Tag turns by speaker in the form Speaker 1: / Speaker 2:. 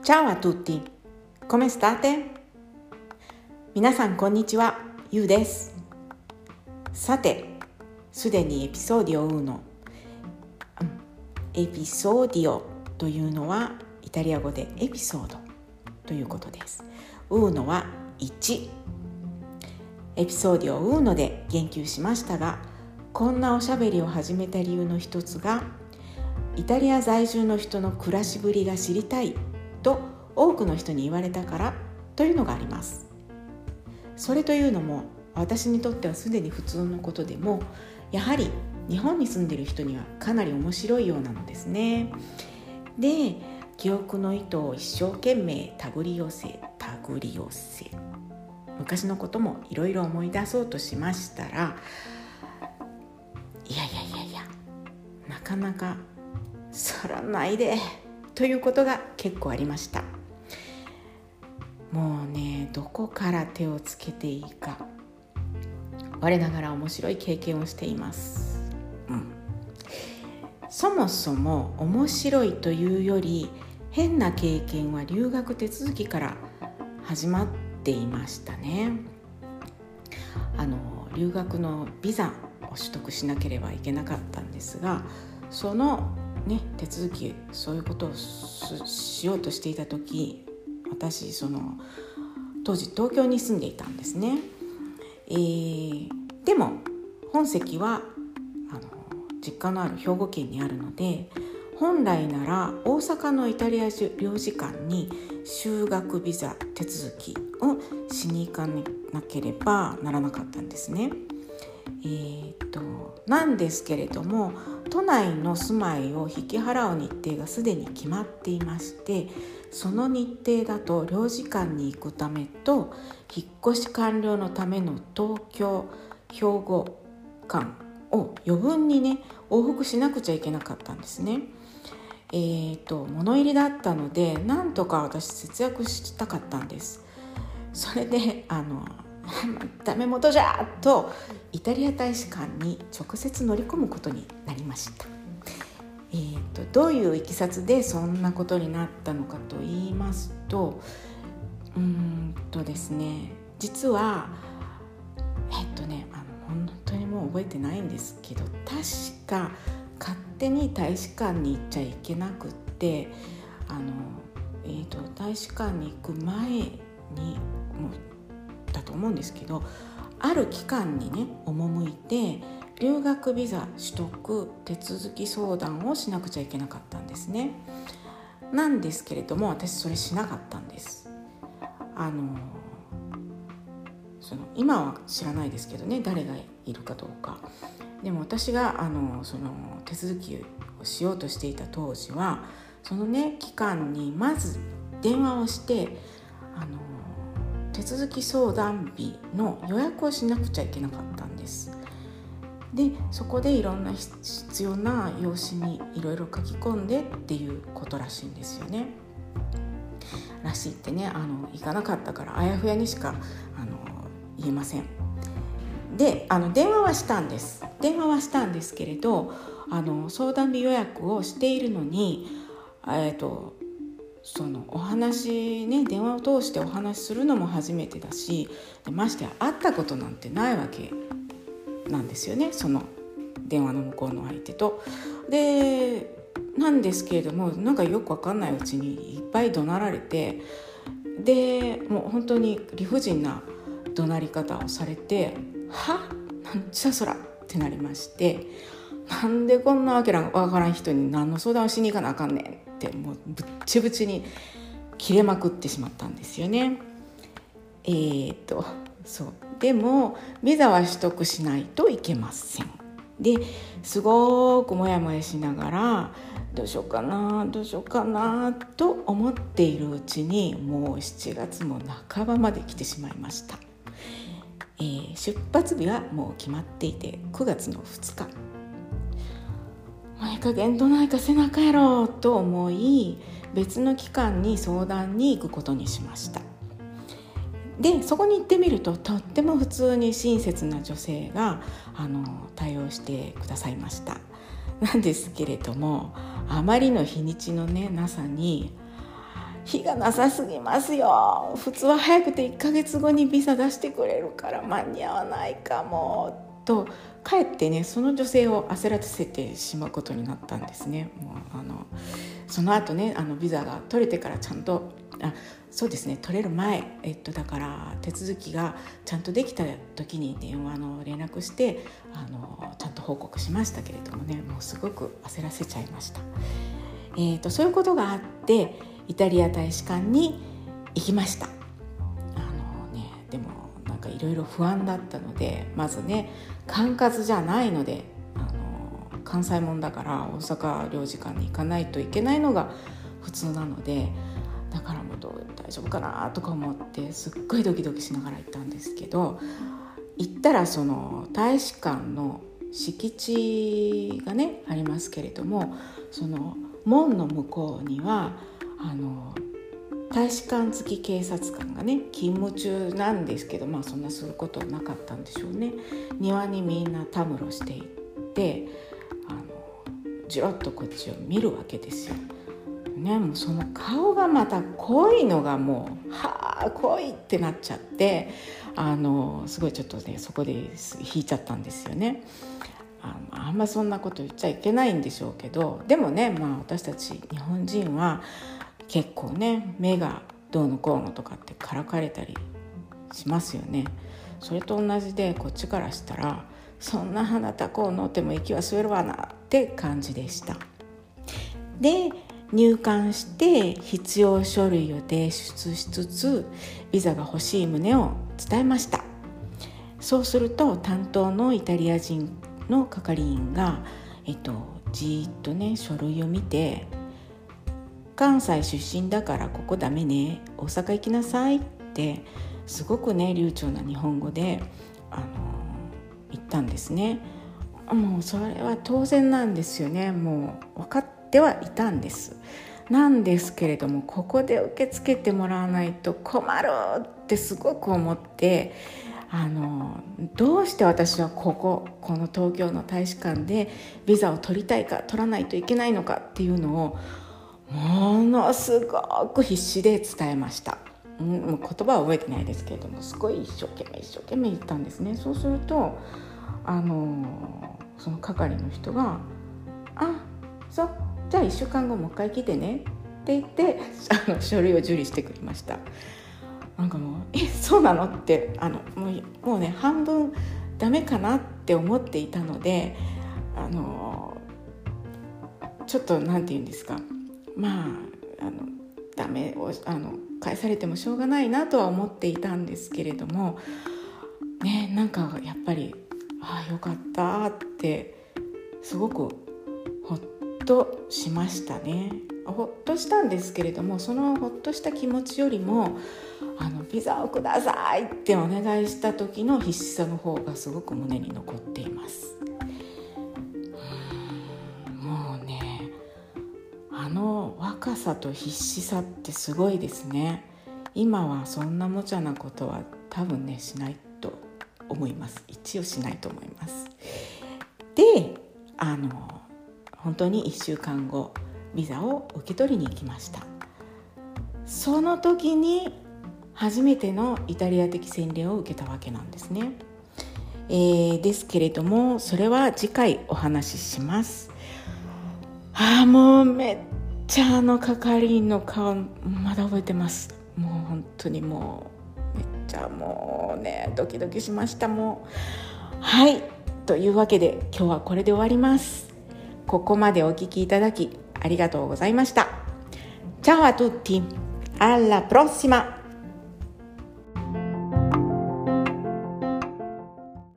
Speaker 1: Ciao a tutti, come state? 皆さんこんにちは、ゆうです。さて、すでにエピソーディオ1、エピソーディオというのはイタリア語でエピソードということです。1は1、エピソーディオ1で言及しましたが、こんなおしゃべりを始めた理由の一つが、イタリア在住の人の暮らしぶりが知りたいと多くの人に言われたからというのがあります。それというのも私にとってはすでに普通のことでも、やはり日本に住んでいる人にはかなり面白いようなのですね。で、記憶の糸を一生懸命手繰り寄せ昔のこともいろいろ思い出そうとしましたら、いやなかなか去らないでということが結構ありました。もうね、どこから手をつけていいか我ながら面白い経験をしています。そもそも面白いというより変な経験は留学手続きから始まっていましたね。留学のビザを取得しなければいけなかったんですが、その手続き、そういうことを しようとしていた時、私当時東京に住んでいたんですね。でも本籍は実家のある兵庫県にあるので、本来なら大阪のイタリア領事館に修学ビザ手続きをしに行かなければならなかったんですね。なんですけれども、都内の住まいを引き払う日程がすでに決まっていまして、その日程だと領事館に行くためと引っ越し完了のための東京兵庫間を余分に往復しなくちゃいけなかったんですね。物入りだったので、なんとか私節約したかったんです。それでダメ元じゃとイタリア大使館に直接乗り込むことになりました。どういういきさつでそんなことになったのかと言いますと、ですね、実は本当にもう覚えてないんですけど、確か勝手に大使館に行っちゃいけなくって、大使館に行く前にもうだと思うんですけど、ある機関に赴いて留学ビザ取得手続き相談をしなくちゃいけなかったんですね。なんですけれども、私それしなかったんです。今は知らないですけどね、誰がいるかどうか。でも私がその手続きをしようとしていた当時は、その機関にまず電話をして手続き相談日の予約をしなくちゃいけなかったんです。で、そこでいろんな必要な用紙にいろいろ書き込んでっていうことらしいんですよね。らしいってね、行かなかったからあやふやにしか言えません。で、電話はしたんですけれど、相談日予約をしているのに、そのお話電話を通してお話しするのも初めてだし、ましてや会ったことなんてないわけなんですよね、その電話の向こうの相手と。でなんですけれども、なんかよく分かんないうちにいっぱい怒鳴られて、でもう本当に理不尽な怒鳴り方をされて、なんじゃそらってなりまして、なんでこんなわけわからん人に何の相談をしに行かなあかんねんって、もうぶっちぶちに切れまくってしまったんですよね。そうでもビザは取得しないといけません。ですごくもやもやしながら、どうしようかなと思っているうちに、もう7月も半ばまで来てしまいました。出発日はもう決まっていて9月の2日。いい加減どないかせなあかんやろと思い、別の機関に相談に行くことにしました。でそこに行ってみると、とっても普通に親切な女性が対応してくださいました。なんですけれども、あまりの日にちのなさに、 日がなさすぎますよ、普通は早くて1ヶ月後にビザ出してくれるから間に合わないかもと、かえってねその女性を焦らせてしまうことになったんですね。もうその後ねビザが取れてからちゃんとそうですね、取れる前、だから手続きがちゃんとできた時に電話の連絡してちゃんと報告しましたけれどもね、もうすごく焦らせちゃいました。そういうことがあってイタリア大使館に行きました。でもなんかいろいろ不安だったので、まずね管轄じゃないので関西もんだから大阪領事館に行かないといけないのが普通なので、だからもう大丈夫かなとか思ってすっごいドキドキしながら行ったんですけど、行ったらその大使館の敷地がねありますけれども、その門の向こうには大使館付き警察官がね勤務中なんですけど、そんなすることなかったんでしょうね。庭にみんなたむろしていってじろっとこっちを見るわけですよ、ね、もうその顔がまた濃いのがもう濃いってなっちゃって、すごいちょっとねそこで引いちゃったんですよね。あんまそんなこと言っちゃいけないんでしょうけど、でもね、私たち日本人は結構ね目がどうのこうのとかってからかれたりしますよね。それと同じでこっちからしたらそんな鼻たこうのっても息は吸えるわなって感じでした。で入館して必要書類を提出しつつビザが欲しい旨を伝えました。そうすると担当のイタリア人の係員が、じーっとね書類を見て、関西出身だからここダメね、大阪行きなさいってすごくね流暢な日本語で言ったんですね。もうそれは当然なんですよね。もう分かってはいたんです。なんですけれども、ここで受け付けてもらわないと困るってすごく思って、どうして私はこの東京の大使館でビザを取りたいか取らないといけないのかっていうのをものすごく必死で伝えました。もう言葉は覚えてないですけれども、すごい一生懸命言ったんですね。そうするとその係の人がそうじゃあ1週間後もう一回来てねって言って書類を受理してくれました。なんかもうそうなのってもうね半分ダメかなって思っていたのでちょっとなんて言うんですか、ダメを返されてもしょうがないなとは思っていたんですけれどもね、なんかやっぱりよかったってすごくほっとしましたね。ほっとしたんですけれども、そのほっとした気持ちよりもビザをくださいってお願いした時の必死さの方がすごく胸に残っています。もうね若さと必死さってすごいですね。今はそんな無茶なことは多分ねしないと思います。一応しないと思います。で本当に1週間後ビザを受け取りに行きました。その時に初めてのイタリア的洗礼を受けたわけなんですね。ですけれどもそれは次回お話しします。もうめっちゃ係員の顔まだ覚えてます。もう本当にもうめっちゃもうねドキドキしました。もうはいというわけで今日はこれで終わります。ここまでお聞きいただきありがとうございました。Ciao a tutti, alla prossima!